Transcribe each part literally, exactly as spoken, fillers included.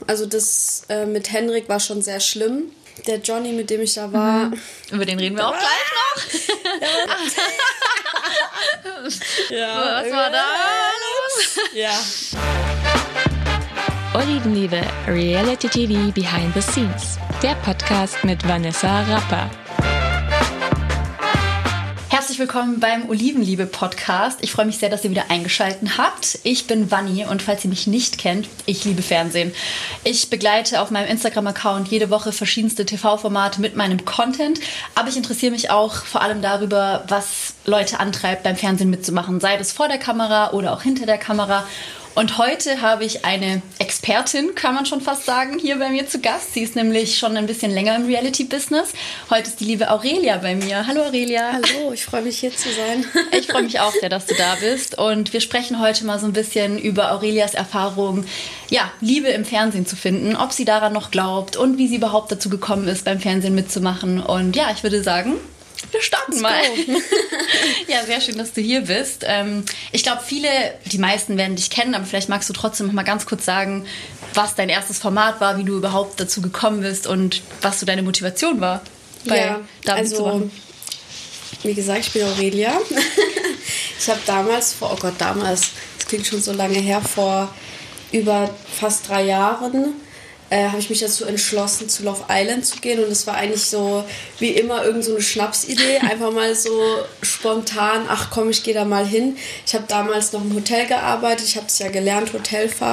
also das äh, mit Henrik war schon sehr schlimm. Der Johnny, mit dem ich da war. Mhm. Über den reden wir auch gleich noch. Ja, was war da los? Ja. Olivenliebe, Reality T V Behind the Scenes. Der Podcast mit Vanessa Rapper. Herzlich willkommen beim Olivenliebe-Podcast. Ich freue mich sehr, dass ihr wieder eingeschaltet habt. Ich bin Vanni und falls ihr mich nicht kennt, ich liebe Fernsehen. Ich begleite auf meinem Instagram-Account jede Woche verschiedenste T V-Formate mit meinem Content, aber ich interessiere mich auch vor allem darüber, was Leute antreibt, beim Fernsehen mitzumachen, sei das vor der Kamera oder auch hinter der Kamera. Und heute habe ich eine Expertin, kann man schon fast sagen, hier bei mir zu Gast. Sie ist nämlich schon ein bisschen länger im Reality-Business. Heute ist die liebe Aurelia bei mir. Hallo Aurelia. Hallo, ich freue mich hier zu sein. Ich freue mich auch sehr, dass du da bist. Und wir sprechen heute mal so ein bisschen über Aurelias Erfahrung, ja, Liebe im Fernsehen zu finden, ob sie daran noch glaubt und wie sie überhaupt dazu gekommen ist, beim Fernsehen mitzumachen. Und ja, ich würde sagen, wir starten mal. Ja, sehr schön, dass du hier bist. Ähm, ich glaube, viele, die meisten werden dich kennen, aber vielleicht magst du trotzdem noch mal ganz kurz sagen, was dein erstes Format war, wie du überhaupt dazu gekommen bist und was so deine Motivation war, bei ja, da also, mitzumachen. Wie gesagt, ich bin Aurelia. Ich habe damals, vor, oh Gott, damals, das klingt schon so lange her, vor über fast drei Jahren, Äh, habe ich mich dazu entschlossen, zu Love Island zu gehen. Und es war eigentlich so, wie immer, irgend so eine Schnapsidee. Einfach mal so spontan, ach komm, ich gehe da mal hin. Ich habe damals noch im Hotel gearbeitet. Ich habe es ja gelernt, Hotelfach.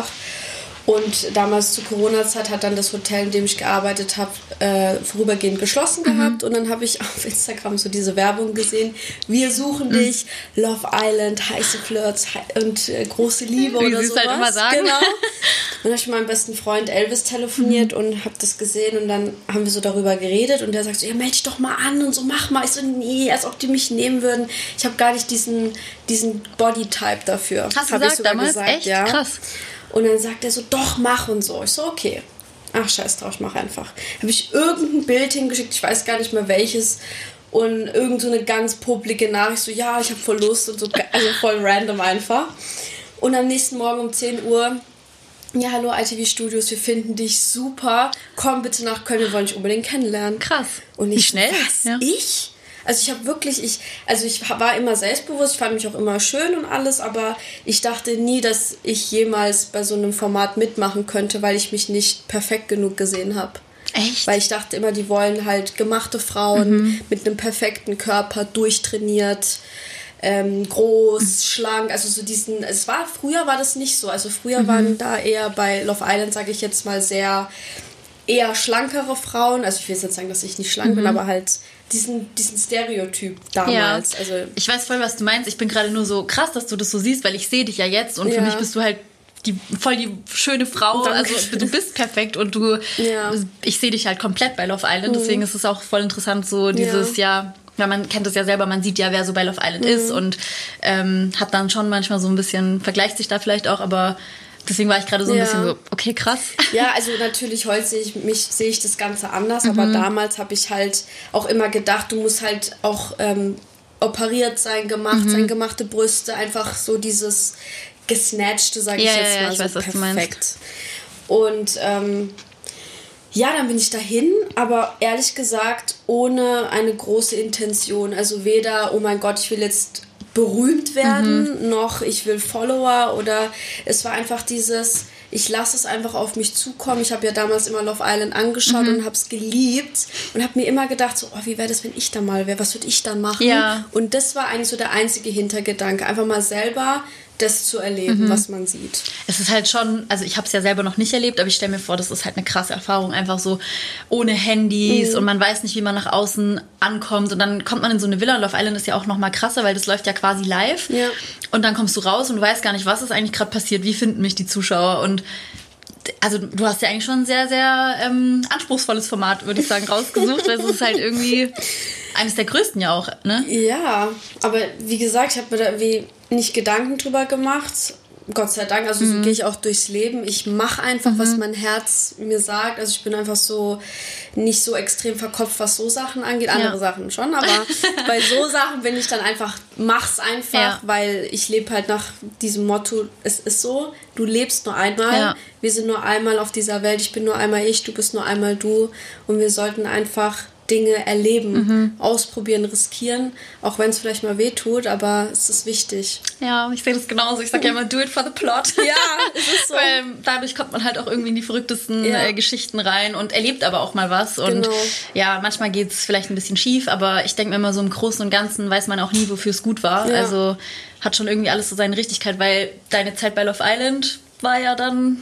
Und damals zur Corona-Zeit hat dann das Hotel, in dem ich gearbeitet habe, äh, vorübergehend geschlossen gehabt. Mhm. Und dann habe ich auf Instagram so diese Werbung gesehen. Wir suchen mhm. dich, Love Island, heiße Flirts und äh, große Liebe Wie oder sie es halt immer sagen. Genau. Dann habe ich mit meinem besten Freund Elvis telefoniert mhm. und habe das gesehen. Und dann haben wir so darüber geredet. Und der sagt so, ja, melde dich doch mal an und so, mach mal. Ich so, nee, als ob die mich nehmen würden. Ich habe gar nicht diesen, diesen Body-Type dafür. Hast du gesagt damals? Gesagt, echt? Ja. Krass. Und dann sagt er so, doch, mach und so. Ich so, okay. Ach, scheiß drauf, ich mach einfach. Habe ich irgendein Bild hingeschickt, ich weiß gar nicht mehr welches. Und irgend so eine ganz publike Nachricht, so, ja, ich habe voll Lust und so, also voll random einfach. Und am nächsten Morgen um zehn Uhr, ja, hallo I T V Studios, wir finden dich super. Komm bitte nach Köln, wir wollen dich unbedingt kennenlernen. Krass. Und ich, Wie schnell? Was? Ja. Ich? Also ich habe wirklich, ich, also ich war immer selbstbewusst, ich fand mich auch immer schön und alles, aber ich dachte nie, dass ich jemals bei so einem Format mitmachen könnte, weil ich mich nicht perfekt genug gesehen habe. Echt? Weil ich dachte immer, die wollen halt gemachte Frauen mhm. mit einem perfekten Körper, durchtrainiert, ähm, groß, mhm. schlank, also so diesen, es war, früher war das nicht so, also früher mhm. waren da eher bei Love Island, sage ich jetzt mal, sehr eher schlankere Frauen, also ich will jetzt nicht sagen, dass ich nicht schlank mhm. bin, aber halt diesen, diesen Stereotyp damals. Ja. Also ich weiß voll, was du meinst. Ich bin gerade nur so krass, dass du das so siehst, weil ich sehe dich ja jetzt und ja. für mich bist du halt die, voll die schöne Frau. Danke. Also du bist perfekt und du, ja. ich sehe dich halt komplett bei Love Island. Mhm. Deswegen ist es auch voll interessant, so dieses, ja, ja, man kennt das ja selber, man sieht ja, wer so bei Love Island mhm. ist und ähm, hat dann schon manchmal so ein bisschen, vergleicht sich da vielleicht auch, aber deswegen war ich gerade so ein ja. bisschen so, okay, krass. Ja, also natürlich heute sehe ich, mich, sehe ich das Ganze anders, mhm. aber damals habe ich halt auch immer gedacht, du musst halt auch ähm, operiert sein, gemacht mhm. sein, gemachte Brüste, einfach so dieses gesnatchte, sage ja, ich jetzt ja, mal, ich so weiß, perfekt. Was du meinst. Und ähm, ja, dann bin ich dahin, aber ehrlich gesagt ohne eine große Intention, also weder, oh mein Gott, ich will jetzt berühmt werden, mhm. noch ich will Follower oder es war einfach dieses, ich lasse es einfach auf mich zukommen. Ich habe ja damals immer Love Island angeschaut mhm. und habe es geliebt und habe mir immer gedacht, so, oh, wie wäre das, wenn ich da mal wäre, was würde ich dann machen? Ja. Und das war eigentlich so der einzige Hintergedanke, einfach mal selber das zu erleben, mhm. was man sieht. Es ist halt schon, also ich habe es ja selber noch nicht erlebt, aber ich stelle mir vor, das ist halt eine krasse Erfahrung, einfach so ohne Handys mhm. und man weiß nicht, wie man nach außen ankommt und dann kommt man in so eine Villa und Love Island ist ja auch noch mal krasser, weil das läuft ja quasi live ja. und dann kommst du raus und du weißt gar nicht, was ist eigentlich gerade passiert, wie finden mich die Zuschauer und also du hast ja eigentlich schon ein sehr, sehr ähm, anspruchsvolles Format, würde ich sagen, rausgesucht, weil es ist halt irgendwie eines der größten ja auch, ne? Ja, aber wie gesagt, ich habe mir da irgendwie nicht Gedanken drüber gemacht, Gott sei Dank, also mhm. so gehe ich auch durchs Leben. Ich mache einfach, mhm. was mein Herz mir sagt. Also ich bin einfach so nicht so extrem verkopft, was so Sachen angeht. Andere ja. Sachen schon, aber bei so Sachen bin ich dann einfach, mach's einfach, ja. weil ich lebe halt nach diesem Motto, es ist so, du lebst nur einmal, ja. wir sind nur einmal auf dieser Welt, ich bin nur einmal ich, du bist nur einmal du und wir sollten einfach Dinge erleben, mhm. ausprobieren, riskieren, auch wenn es vielleicht mal weh tut, aber es ist wichtig. Ja, ich sehe das genauso. Ich sage ja immer, do it for the plot. Ja, es ist so. Weil dadurch kommt man halt auch irgendwie in die verrücktesten ja. äh, Geschichten rein und erlebt aber auch mal was. Und genau. ja, manchmal geht es vielleicht ein bisschen schief, aber ich denke mir immer so im Großen und Ganzen weiß man auch nie, wofür es gut war. Ja. Also hat schon irgendwie alles so seine Richtigkeit, weil deine Zeit bei Love Island war ja dann...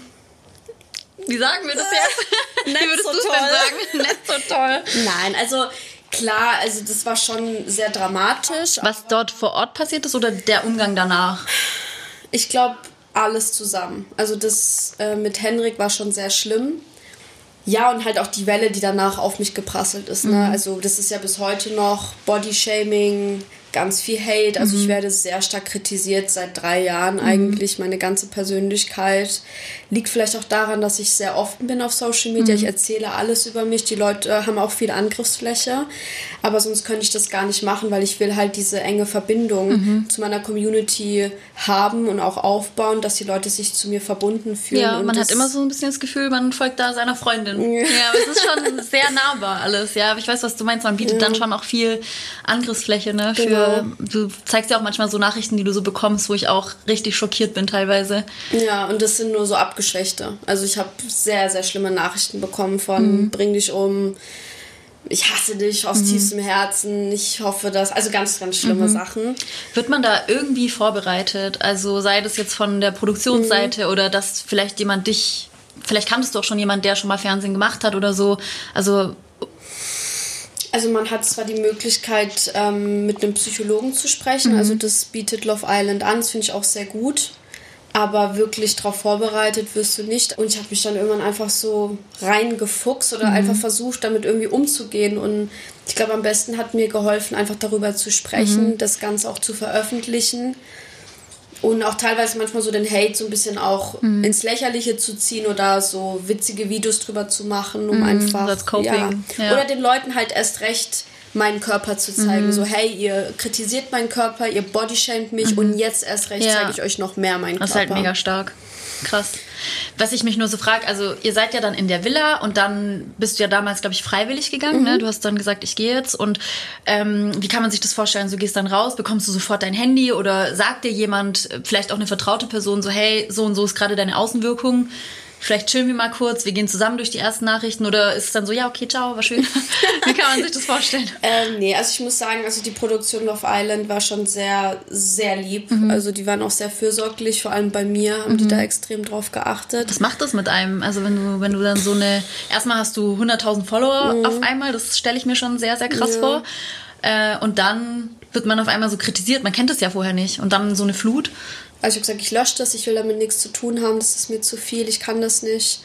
Wie sagen wir das jetzt? Nicht Wie würdest so du es toll. denn sagen? Nicht so toll. Nein, also klar, also das war schon sehr dramatisch. Was dort vor Ort passiert ist oder der Umgang danach? Ich glaube, alles zusammen. Also das äh, mit Henrik war schon sehr schlimm. Ja, und halt auch die Welle, die danach auf mich geprasselt ist. Ne? Mhm. Also das ist ja bis heute noch Bodyshaming, ganz viel Hate. Also mhm. ich werde sehr stark kritisiert seit drei Jahren mhm. eigentlich. Meine ganze Persönlichkeit liegt vielleicht auch daran, dass ich sehr offen bin auf Social Media. Mhm. Ich erzähle alles über mich. Die Leute haben auch viel Angriffsfläche. Aber sonst könnte ich das gar nicht machen, weil ich will halt diese enge Verbindung mhm. zu meiner Community haben und auch aufbauen, dass die Leute sich zu mir verbunden fühlen. Ja, und man hat immer so ein bisschen das Gefühl, man folgt da seiner Freundin. Ja, ja, aber es ist schon sehr nahbar alles. Ja, aber ich weiß, was du meinst. Man bietet ja. dann schon auch viel Angriffsfläche, ne, für genau. Du zeigst ja auch manchmal so Nachrichten, die du so bekommst, wo ich auch richtig schockiert bin teilweise. Ja, und das sind nur so abgeschwächte. Also ich habe sehr, sehr schlimme Nachrichten bekommen von mhm. bring dich um, ich hasse dich aus mhm. tiefstem Herzen, ich hoffe, dass... Also ganz, ganz schlimme mhm. Sachen. Wird man da irgendwie vorbereitet? Also sei das jetzt von der Produktionsseite mhm. oder dass vielleicht jemand dich... Vielleicht kanntest du auch schon jemand, der schon mal Fernsehen gemacht hat oder so. Also... Also man hat zwar die Möglichkeit, ähm, mit einem Psychologen zu sprechen, mhm. also das bietet Love Island an, das finde ich auch sehr gut, aber wirklich darauf vorbereitet wirst du nicht. Und ich habe mich dann irgendwann einfach so reingefuchst oder mhm. einfach versucht, damit irgendwie umzugehen. Und ich glaube, am besten hat mir geholfen, einfach darüber zu sprechen, mhm. das Ganze auch zu veröffentlichen. Und auch teilweise manchmal so den Hate so ein bisschen auch mhm. ins Lächerliche zu ziehen oder so witzige Videos drüber zu machen, um mhm, einfach... That's coping. Ja, ja. Oder den Leuten halt erst recht meinen Körper zu zeigen. Mhm. So, hey, ihr kritisiert meinen Körper, ihr bodyshamed mich mhm. und jetzt erst recht ja. zeige ich euch noch mehr meinen das Körper. Das ist halt mega stark. Krass. Was ich mich nur so frage, also ihr seid ja dann in der Villa und dann bist du ja damals, glaube ich, freiwillig gegangen. Mhm. Ne? Du hast dann gesagt, ich gehe jetzt. Und ähm, wie kann man sich das vorstellen? Du gehst dann raus, bekommst du sofort dein Handy oder sagt dir jemand, vielleicht auch eine vertraute Person, so hey, so und so ist gerade deine Außenwirkung. Vielleicht chillen wir mal kurz, wir gehen zusammen durch die ersten Nachrichten oder ist es dann so, ja, okay, ciao, war schön. Wie kann man sich das vorstellen? Ähm, nee, also ich muss sagen, also die Produktion Love Island war schon sehr, sehr lieb. Mhm. Also die waren auch sehr fürsorglich, vor allem bei mir haben mhm. die da extrem drauf geachtet. Was macht das mit einem? Also wenn du, wenn du dann so eine, erstmal hast du hunderttausend Follower mhm. auf einmal, das stelle ich mir schon sehr, sehr krass ja. vor. Äh, und dann wird man auf einmal so kritisiert, man kennt es ja vorher nicht. Und dann so eine Flut. Also ich habe gesagt, ich lösche das, ich will damit nichts zu tun haben, das ist mir zu viel, ich kann das nicht.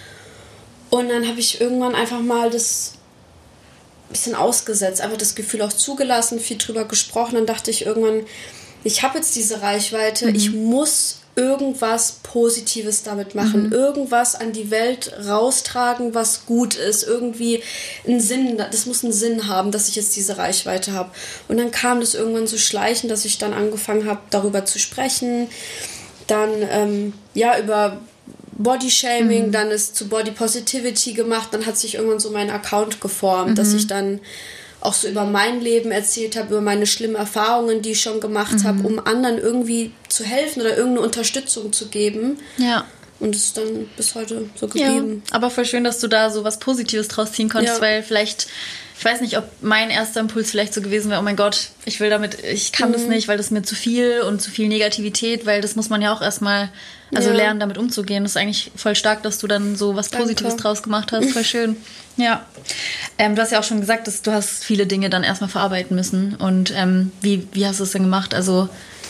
Und dann habe ich irgendwann einfach mal das ein bisschen ausgesetzt, einfach das Gefühl auch zugelassen, viel drüber gesprochen. Dann dachte ich irgendwann, ich habe jetzt diese Reichweite, mhm. ich muss irgendwas Positives damit machen, mhm. irgendwas an die Welt raustragen, was gut ist, irgendwie einen Sinn, das muss einen Sinn haben, dass ich jetzt diese Reichweite habe. Und dann kam das irgendwann so schleichend, dass ich dann angefangen habe, darüber zu sprechen, dann ähm, ja über Bodyshaming, mhm. dann ist zu Body Positivity gemacht, dann hat sich irgendwann so mein Account geformt, mhm. dass ich dann auch so über mein Leben erzählt habe, über meine schlimmen Erfahrungen, die ich schon gemacht mhm. habe, um anderen irgendwie zu helfen oder irgendeine Unterstützung zu geben. Ja. Und es ist dann bis heute so geblieben. Ja, aber voll schön, dass du da so was Positives draus ziehen konntest, ja. weil vielleicht, ich weiß nicht, ob mein erster Impuls vielleicht so gewesen wäre, oh mein Gott, ich will damit, ich kann mhm. das nicht, weil das mir zu viel und zu viel Negativität, weil das muss man ja auch erstmal, also ja. lernen, damit umzugehen. Das ist eigentlich voll stark, dass du dann so was Positives Danke. draus gemacht hast. Voll schön. Ja. Ähm, du hast ja auch schon gesagt, dass du hast viele Dinge dann erstmal verarbeiten müssen. Und ähm, wie, wie hast du es denn gemacht? Also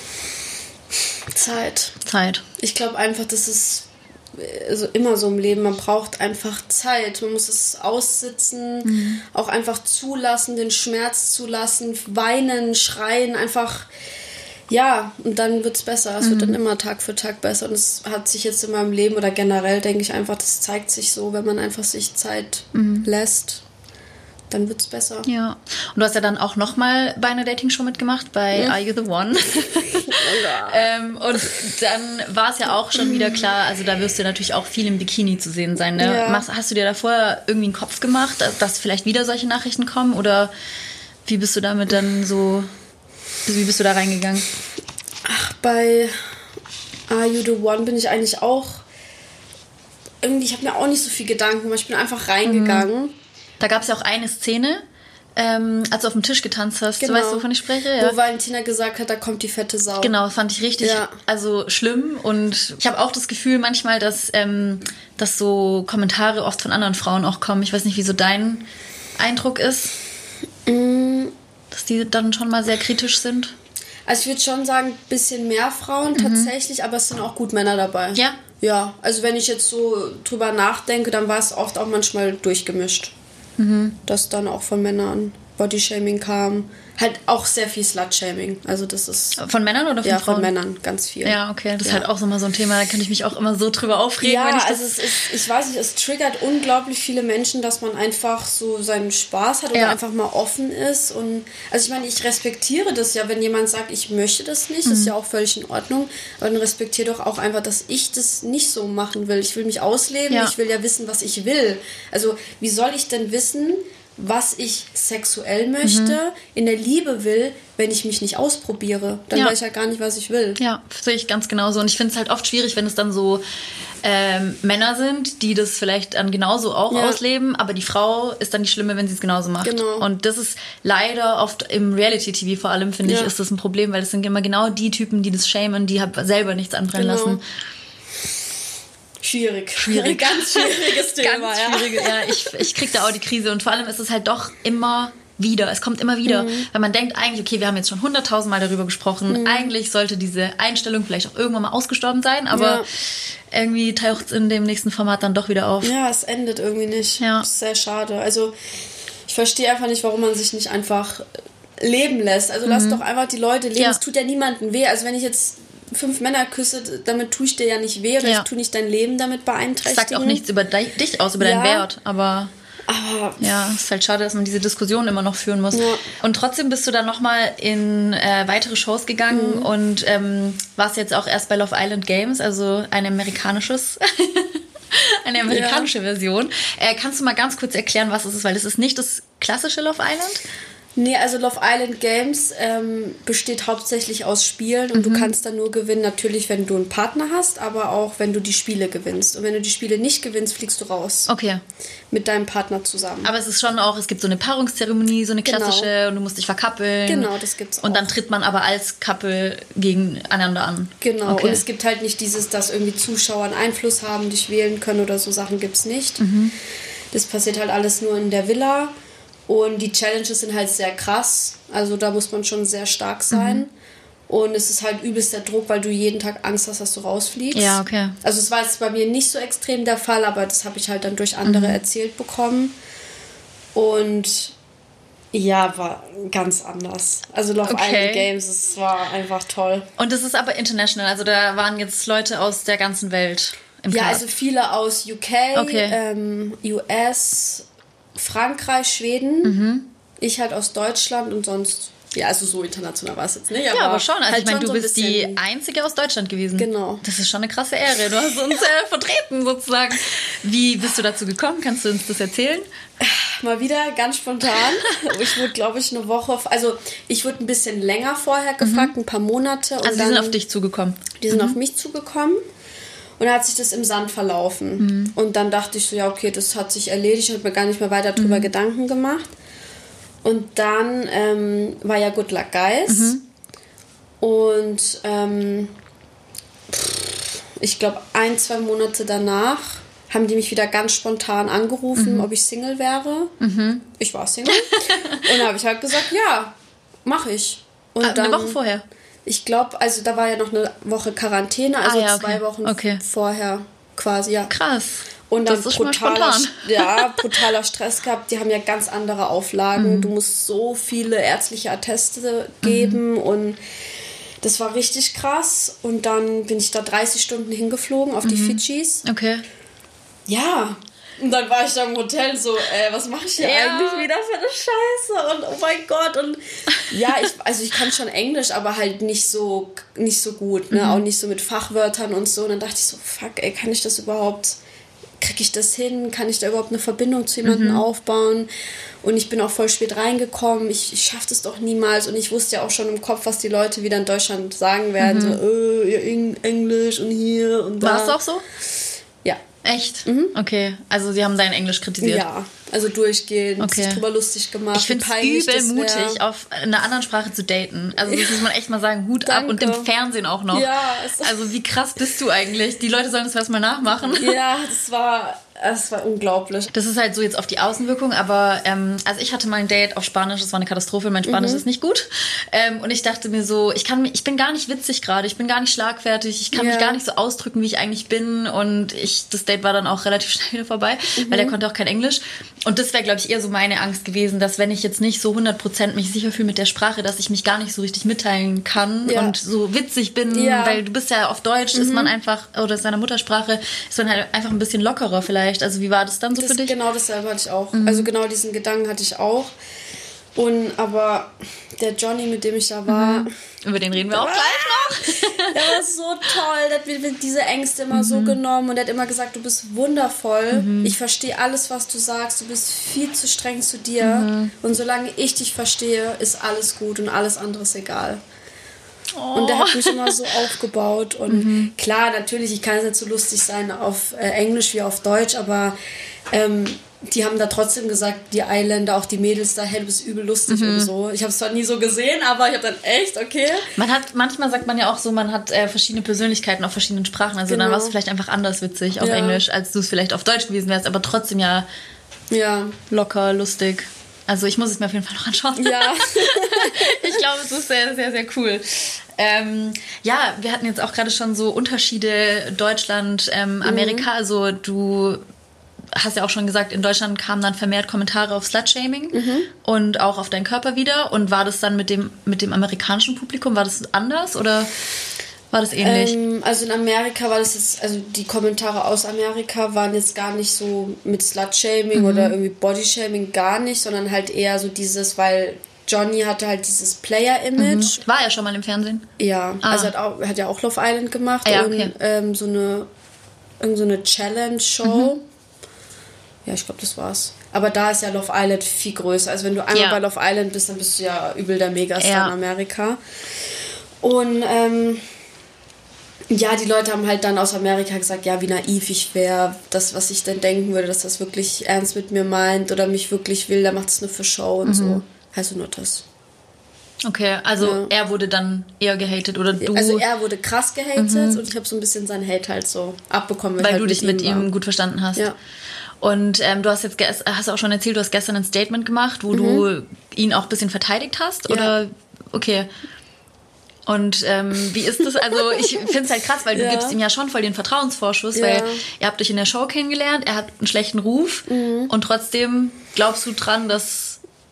Zeit. Zeit. Ich glaube einfach, das ist also immer so im Leben. Man braucht einfach Zeit. Man muss es aussitzen, mhm. auch einfach zulassen, den Schmerz zulassen, weinen, schreien, einfach Ja, und dann wird es besser. Es mhm. wird dann immer Tag für Tag besser. Und es hat sich jetzt in meinem Leben oder generell, denke ich einfach, das zeigt sich so, wenn man einfach sich Zeit mhm. lässt, dann wird es besser. Ja. Und du hast ja dann auch nochmal bei einer Dating-Show mitgemacht, bei mhm. Are You The One? ähm, und dann war es ja auch schon wieder klar, also da wirst du natürlich auch viel im Bikini zu sehen sein. Ne? Ja. Machst, hast du dir da vorher irgendwie einen Kopf gemacht, dass vielleicht wieder solche Nachrichten kommen? Oder wie bist du damit dann so... Wie bist du da reingegangen? Ach, bei Are You The One bin ich eigentlich auch... Irgendwie, ich habe mir auch nicht so viel Gedanken gemacht. Ich bin einfach reingegangen. Mhm. Da gab es ja auch eine Szene, ähm, als du auf dem Tisch getanzt hast. Genau. Du weißt, wovon ich spreche? Ja. Wo Valentina gesagt hat, da kommt die fette Sau. Genau, fand ich richtig ja. also schlimm. Und ich habe auch das Gefühl manchmal, dass, ähm, dass so Kommentare oft von anderen Frauen auch kommen. Ich weiß nicht, wie so dein Eindruck ist. Mhm. Dass die dann schon mal sehr kritisch sind? Also ich würde schon sagen, ein bisschen mehr Frauen tatsächlich, mhm. aber es sind auch gut Männer dabei. Ja? Ja, also wenn ich jetzt so drüber nachdenke, dann war es oft auch manchmal durchgemischt. Mhm. Dass dann auch von Männern Bodyshaming kam. Halt auch sehr viel Slut-Shaming. Also das ist... Von Männern oder von ja, Frauen? Ja, von Männern, ganz viel. Ja, okay. Das ja. ist halt auch so mal so ein Thema, da könnte ich mich auch immer so drüber aufregen. Ja, wenn ich das also es ist, ich weiß nicht, es triggert unglaublich viele Menschen, dass man einfach so seinen Spaß hat oder ja. einfach mal offen ist. Und also ich meine, ich respektiere das ja, wenn jemand sagt, ich möchte das nicht, mhm. das ist ja auch völlig in Ordnung. Aber dann respektiere doch auch einfach, dass ich das nicht so machen will. Ich will mich ausleben, ja. ich will ja wissen, was ich will. Also wie soll ich denn wissen, was ich sexuell möchte, mhm. in der Liebe will, wenn ich mich nicht ausprobiere. Dann ja. weiß ich ja gar nicht, was ich will. Ja, sehe ich ganz genauso. Und ich finde es halt oft schwierig, wenn es dann so ähm, Männer sind, die das vielleicht dann genauso auch ja. ausleben, aber die Frau ist dann die Schlimme, wenn sie es genauso macht. Genau. Und das ist leider oft im Reality-T V vor allem, finde ja. ich, ist das ein Problem, weil das sind immer genau die Typen, die das shamen, die halt selber nichts anbrennen genau. lassen. Schwierig. Schwierig. Ganz schwieriges Thema. Ganz schwierig. Ja, ja ich, ich krieg da auch die Krise. Und vor allem ist es halt doch immer wieder. Es kommt immer wieder. Mhm. Weil man denkt eigentlich, okay, wir haben jetzt schon hunderttausend Mal darüber gesprochen. Mhm. Eigentlich sollte diese Einstellung vielleicht auch irgendwann mal ausgestorben sein. Aber ja. irgendwie taucht es in dem nächsten Format dann doch wieder auf. Ja, es endet irgendwie nicht. Ja. Das ist sehr schade. Also ich verstehe einfach nicht, warum man sich nicht einfach leben lässt. Also mhm. lass doch einfach die Leute leben. Es ja. tut ja niemandem weh. Also wenn ich jetzt fünf Männer küsse, damit tue ich dir ja nicht weh oder ja. ich tue nicht dein Leben damit beeinträchtigen. Das sagt auch nichts über dich aus, über ja. deinen Wert, aber, aber ja, es ist halt schade, dass man diese Diskussion immer noch führen muss. Ja. Und trotzdem bist du dann nochmal in äh, weitere Shows gegangen mhm. und ähm, warst jetzt auch erst bei Love Island Games, also ein amerikanisches... eine amerikanische ja. Version. Äh, kannst du mal ganz kurz erklären, was es ist? Weil das ist nicht das klassische Love Island. Nee, also Love Island Games ähm, besteht hauptsächlich aus Spielen und mhm. du kannst dann nur gewinnen, natürlich, wenn du einen Partner hast, aber auch, wenn du die Spiele gewinnst. Und wenn du die Spiele nicht gewinnst, fliegst du raus. Okay. Mit deinem Partner zusammen. Aber es ist schon auch, es gibt so eine Paarungszeremonie, so eine klassische, genau. und du musst dich verkappeln. Genau, das gibt's auch. Und dann tritt man aber als Couple gegeneinander an. Genau, okay. Und es gibt halt nicht dieses, dass irgendwie Zuschauer einen Einfluss haben, dich wählen können oder so Sachen gibt's nicht. Mhm. Das passiert halt alles nur in der Villa. Und die Challenges sind halt sehr krass. Also da muss man schon sehr stark sein. Mhm. Und es ist halt übelst der Druck, weil du jeden Tag Angst hast, dass du rausfliegst. Ja, okay. Also es war jetzt bei mir nicht so extrem der Fall, aber das habe ich halt dann durch andere mhm. erzählt bekommen. Und ja, war ganz anders. Also Love okay. Island Games, es war einfach toll. Und es ist aber international, also da waren jetzt Leute aus der ganzen Welt im Ja, Cast. also viele aus U K, okay. ähm, U S, Frankreich, Schweden, mhm. ich halt aus Deutschland und sonst, ja, also so international war es jetzt nicht. Aber ja, aber schon. Also halt ich meine, du so bist die Einzige aus Deutschland gewesen. Genau. Das ist schon eine krasse Ehre. Du hast uns äh, vertreten sozusagen. Wie bist du dazu gekommen? Kannst du uns das erzählen? Mal wieder ganz spontan. Ich wurde, glaube ich, eine Woche, also ich wurde ein bisschen länger vorher gefragt, mhm. ein paar Monate. Und also die dann, sind auf dich zugekommen? Die sind mhm. auf mich zugekommen. Und dann hat sich das im Sand verlaufen. Mhm. Und dann dachte ich so, ja, okay, das hat sich erledigt. Ich habe mir gar nicht mehr weiter drüber mhm. Gedanken gemacht. Und dann ähm, war ja Good Luck Guys. Mhm. Und ähm, ich glaube, ein, zwei Monate danach haben die mich wieder ganz spontan angerufen, mhm. ob ich Single wäre. Mhm. Ich war Single. Und dann habe ich halt gesagt, ja, mache ich. Und ah, dann, eine Woche vorher? Ich glaube, also da war ja noch eine Woche Quarantäne, also ah, ja, okay. zwei Wochen okay. vorher quasi, ja. Krass. Und dann das ist brutaler, schon ja, brutaler Stress gehabt. Die haben ja ganz andere Auflagen. Mhm. Du musst so viele ärztliche Atteste geben mhm. und Das war richtig krass. Und dann bin ich da dreißig Stunden hingeflogen auf die mhm. Fidschis. Okay. Ja. Und dann war ich da im Hotel so, äh, was mache ich hier ja. eigentlich wieder für eine Scheiße? Und oh mein Gott. Und ja, ich, also ich kann schon Englisch, aber halt nicht so, nicht so gut, ne? Mhm. Auch nicht so mit Fachwörtern und so. Und dann dachte ich so, fuck, ey, kann ich das überhaupt, kriege ich das hin? Kann ich da überhaupt eine Verbindung zu jemandem mhm. aufbauen? Und ich bin auch voll spät reingekommen. Ich, ich schaffe das doch niemals. Und ich wusste ja auch schon im Kopf, was die Leute wieder in Deutschland sagen werden. Mhm. So, äh, ihr Englisch und hier und da. War es auch so? Ja. Echt? Mhm. Okay, also sie haben dein Englisch kritisiert. Ja, also durchgehend, okay. sich drüber lustig gemacht. Ich finde es übel mutig, auf einer anderen Sprache zu daten. Also das muss man echt mal sagen, Hut Danke. ab und im Fernsehen auch noch. Ja. Also wie krass bist du eigentlich? Die Leute sollen das erst mal nachmachen. Ja, das war... Es war unglaublich. Das ist halt so jetzt auf die Außenwirkung, aber ähm, also ich hatte mal ein Date auf Spanisch, das war eine Katastrophe, mein Spanisch mhm. ist nicht gut. Ähm, und ich dachte mir so, ich kann ich bin gar nicht witzig gerade, ich bin gar nicht schlagfertig, ich kann yeah. mich gar nicht so ausdrücken, wie ich eigentlich bin. Und ich das Date war dann auch relativ schnell wieder vorbei, mhm. weil er konnte auch kein Englisch. Und das wäre, glaube ich, eher so meine Angst gewesen, dass wenn ich jetzt nicht so hundert Prozent mich sicher fühle mit der Sprache, dass ich mich gar nicht so richtig mitteilen kann ja. und so witzig bin, ja. weil du bist ja auf Deutsch, mhm. ist man einfach, oder seiner Muttersprache, ist man halt einfach ein bisschen lockerer vielleicht. Also wie war das dann so das, für dich? Genau dasselbe hatte ich auch. Mhm. Also genau diesen Gedanken hatte ich auch. Und aber der Johnny, mit dem ich da war... Mhm. Über den reden wir auch gleich noch. Der war so toll. Der hat mir diese Ängste immer mhm. so genommen. Und der hat immer gesagt, du bist wundervoll. Mhm. Ich verstehe alles, was du sagst. Du bist viel zu streng zu dir. Mhm. Und solange ich dich verstehe, ist alles gut und alles andere ist egal. Oh. Und der hat mich immer so aufgebaut. Und mhm. klar, natürlich, ich kann jetzt nicht so lustig sein auf äh, Englisch wie auf Deutsch, aber ähm, die haben da trotzdem gesagt, die Eiländer, auch die Mädels da, hey, du bist übel lustig mhm. und so. Ich habe es zwar nie so gesehen, aber ich habe dann echt, okay. Man hat, manchmal sagt man ja auch so, man hat äh, verschiedene Persönlichkeiten auf verschiedenen Sprachen. Also genau. dann warst du vielleicht einfach anders witzig auf ja. Englisch, als du es vielleicht auf Deutsch gewesen wärst, aber trotzdem ja, ja. locker, lustig. Also ich muss es mir auf jeden Fall noch anschauen. Ja. Ich glaube, es ist sehr, sehr, sehr cool. Ähm, ja, wir hatten jetzt auch gerade schon so Unterschiede Deutschland, ähm, Amerika. Mhm. Also du hast ja auch schon gesagt, in Deutschland kamen dann vermehrt Kommentare auf Slut-Shaming mhm. und auch auf deinen Körper wieder. Und war das dann mit dem, mit dem amerikanischen Publikum, war das anders oder war das ähnlich? Ähm, also in Amerika war das jetzt, also die Kommentare aus Amerika waren jetzt gar nicht so mit Slut-Shaming mhm. oder irgendwie Body-Shaming, gar nicht, sondern halt eher so dieses, weil Johnny hatte halt dieses Player-Image. Mhm. War er schon mal im Fernsehen? Ja, ah. also hat, auch, hat ja auch Love Island gemacht. Ah, ja, okay. Und ähm, so eine, irgend so eine Challenge-Show. Mhm. Ja, ich glaube, das war's. Aber da ist ja Love Island viel größer. Also wenn du einmal ja. bei Love Island bist, dann bist du ja übel der Megastar ja. in Amerika. Und ähm, ja, die Leute haben halt dann aus Amerika gesagt, ja, wie naiv ich wäre, das, was ich denn denken würde, dass das wirklich ernst mit mir meint oder mich wirklich will, der macht es nur für Show und mhm. so. Also nur das. Okay, also ja. er wurde dann eher gehatet oder du? Also er wurde krass gehatet mhm. und ich habe so ein bisschen seinen Hate halt so abbekommen. Weil, weil halt du dich mit, mit ihm war. gut verstanden hast. Ja. Und ähm, du hast jetzt hast auch schon erzählt, du hast gestern ein Statement gemacht, wo mhm. du ihn auch ein bisschen verteidigt hast, ja. oder? Okay. Und ähm, wie ist das? Also ich finde es halt krass, weil du ja. gibst ihm ja schon voll den Vertrauensvorschuss, ja. weil ihr habt euch in der Show kennengelernt, er hat einen schlechten Ruf mhm. und trotzdem glaubst du dran, dass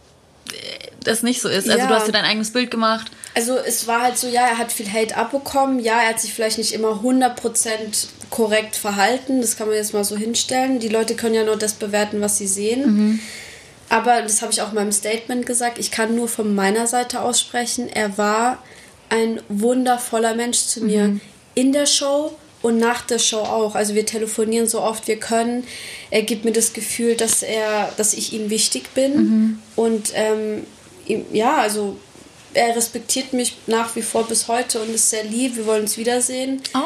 das nicht so ist. Also ja. du hast dir dein eigenes Bild gemacht. Also es war halt so, ja, er hat viel Hate abbekommen. Ja, er hat sich vielleicht nicht immer hundert Prozent korrekt verhalten. Das kann man jetzt mal so hinstellen. Die Leute können ja nur das bewerten, was sie sehen. Mhm. Aber das habe ich auch in meinem Statement gesagt. Ich kann nur von meiner Seite aus sprechen. Er war ein wundervoller Mensch zu mir. Mhm. In der Show und nach der Show auch. Also wir telefonieren so oft wir können. Er gibt mir das Gefühl, dass er, dass ich ihm wichtig bin. Mhm. Und ähm, ja, also er respektiert mich nach wie vor bis heute und ist sehr lieb. Wir wollen uns wiedersehen. Oh.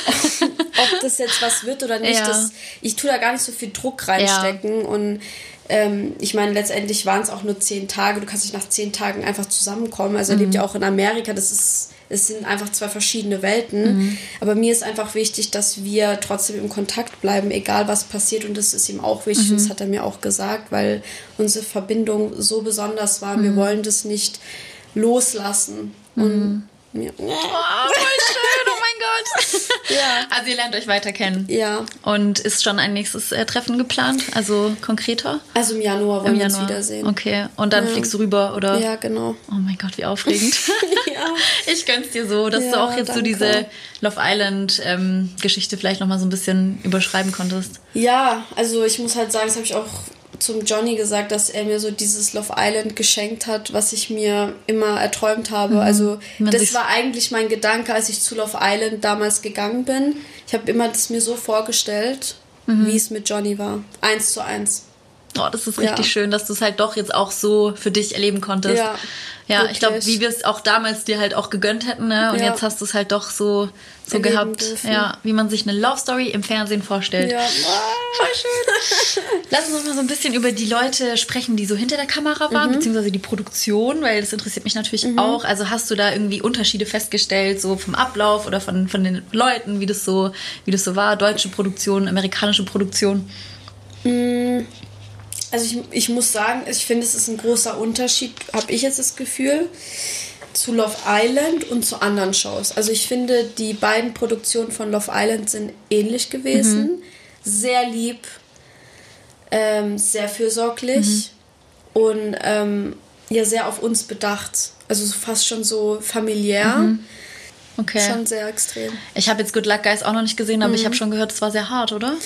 Ob das jetzt was wird oder nicht, ja. das, ich tue da gar nicht so viel Druck reinstecken. Ja. Und ähm, ich meine, letztendlich waren es auch nur zehn Tage. Du kannst nicht nach zehn Tagen einfach zusammenkommen. Also er mhm. lebt ja auch in Amerika. Das ist, es sind einfach zwei verschiedene Welten. Mhm. Aber mir ist einfach wichtig, dass wir trotzdem im Kontakt bleiben, egal was passiert. Und das ist ihm auch wichtig. Mhm. Das hat er mir auch gesagt, weil unsere Verbindung so besonders war. Mhm. Wir wollen das nicht loslassen. Mhm. Und ja. Oh, voll schön, oh mein Gott. Ja. Also ihr lernt euch weiter kennen. Ja. Und ist schon ein nächstes äh, Treffen geplant? Also konkreter? Also im Januar wollen wir uns wiedersehen. Okay. Und dann ja. fliegst du rüber, oder? Ja, genau. Oh mein Gott, wie aufregend. Ja. Ja. Ich gönn's dir so, dass Ja, du auch jetzt danke. so diese Love Island ähm, Geschichte vielleicht nochmal so ein bisschen überschreiben konntest. Ja, also ich muss halt sagen, das habe ich auch zum Johnny gesagt, dass er mir so dieses Love Island geschenkt hat, was ich mir immer erträumt habe. Mhm. Also Man das war eigentlich mein Gedanke, als ich zu Love Island damals gegangen bin. Ich habe immer das mir so vorgestellt, mhm. wie es mit Johnny war. Eins zu eins. Oh, das ist richtig ja. schön, dass du es halt doch jetzt auch so für dich erleben konntest. Ja, ja wirklich. Ich glaube, wie wir es auch damals dir halt auch gegönnt hätten, ne? Und ja. jetzt hast du es halt doch so, so gehabt, dürfen. Ja, wie man sich eine Love Story im Fernsehen vorstellt. Ja, voll schön. Lass uns mal so ein bisschen über die Leute sprechen, die so hinter der Kamera waren, mhm. beziehungsweise die Produktion, weil das interessiert mich natürlich mhm. auch. Also hast du da irgendwie Unterschiede festgestellt, so vom Ablauf oder von, von den Leuten, wie das so, wie das so war, deutsche Produktion, amerikanische Produktion? Mhm. Also ich, ich muss sagen, ich finde, es ist ein großer Unterschied, habe ich jetzt das Gefühl, zu Love Island und zu anderen Shows. Also ich finde, die beiden Produktionen von Love Island sind ähnlich gewesen. Mhm. Sehr lieb, ähm, sehr fürsorglich mhm. und ähm, ja, sehr auf uns bedacht. Also fast schon so familiär. Mhm. Okay. Schon sehr extrem. Ich habe jetzt Good Luck Guys auch noch nicht gesehen, aber mhm. ich habe schon gehört, es war sehr hart, oder?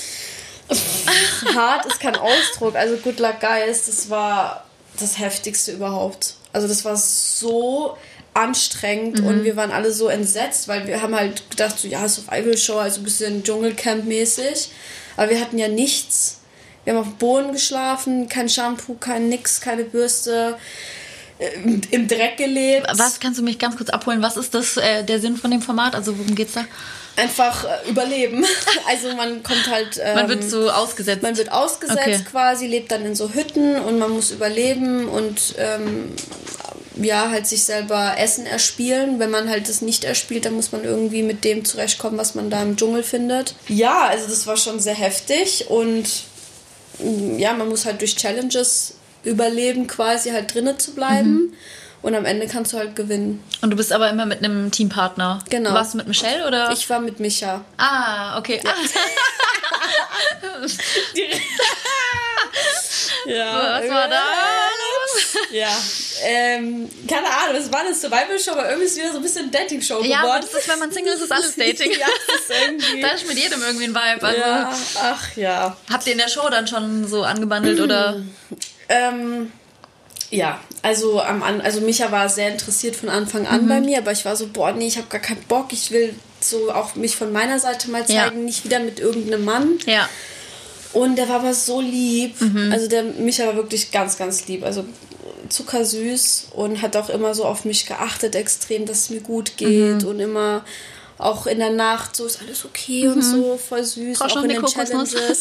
Hart ist kein Ausdruck. Also Good Luck Guys, das war das Heftigste überhaupt. Also das war so anstrengend mhm. und wir waren alle so entsetzt, weil wir haben halt gedacht, so ja, Survival Show, also ein bisschen Dschungelcamp-mäßig. Aber wir hatten ja nichts. Wir haben auf dem Boden geschlafen, kein Shampoo, kein nix, keine Bürste, im, im Dreck gelebt. Was, kannst du mich ganz kurz abholen? Was ist das, äh, der Sinn von dem Format? Also worum geht's da? Einfach äh, überleben. Also man kommt halt... Ähm, man wird so ausgesetzt. Man wird ausgesetzt okay. quasi, lebt dann in so Hütten und man muss überleben und ähm, ja, halt sich selber Essen erspielen. Wenn man halt das nicht erspielt, dann muss man irgendwie mit dem zurechtkommen, was man da im Dschungel findet. Ja, also das war schon sehr heftig und ja, man muss halt durch Challenges überleben, quasi halt drinnen zu bleiben. Mhm. Und am Ende kannst du halt gewinnen. Und du bist aber immer mit einem Teampartner. Genau. Warst du mit Michelle oder? Ich war mit Micha. Ah, okay. Ja. ja. Was war da los? Ja. Ähm, keine Ahnung, das war eine Survival-Show, aber irgendwie ist es wieder so ein bisschen Dating-Show geworden. Ja, aber das ist, wenn man Single ist, ist alles Dating. ja, das ist irgendwie... Da ist mit jedem irgendwie ein Vibe. Also, ja, ach ja. Habt ihr in der Show dann schon so angebandelt oder... Ähm... Ja, also am An- also Micha war sehr interessiert von Anfang an mhm. bei mir, aber ich war so, boah, nee, ich habe gar keinen Bock, ich will so auch mich von meiner Seite mal zeigen, ja. nicht wieder mit irgendeinem Mann. Ja. Und der war aber so lieb, mhm. also der Micha war wirklich ganz, ganz lieb, also zuckersüß und hat auch immer so auf mich geachtet extrem, dass es mir gut geht mhm. und immer auch in der Nacht so, ist alles okay mhm. und so, voll süß, Brauch auch in den Challenges.